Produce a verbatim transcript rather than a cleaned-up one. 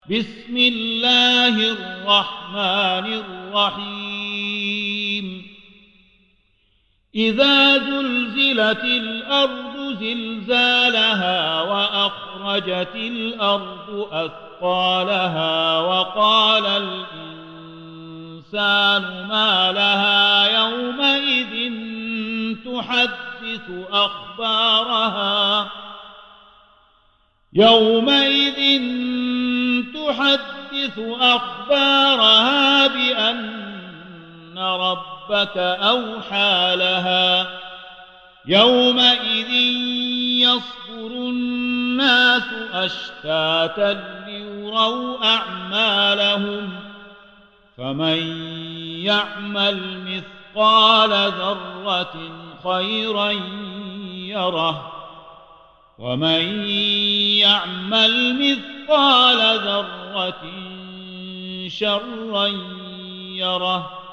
بسم الله الرحمن الرحيم إذا زلزلت الأرض زلزالها وأخرجت الأرض أثقالها وقال الإنسان ما لها يومئذ تحدث أخبارها يومئذ تحدث أخبارها بأن ربك أوحى لها يومئذ يصدر الناس أشتاتا ليروا أعمالهم فمن يعمل مثقال ذرة خيرا يره ومن يعمل مثقال ذرة شرا يره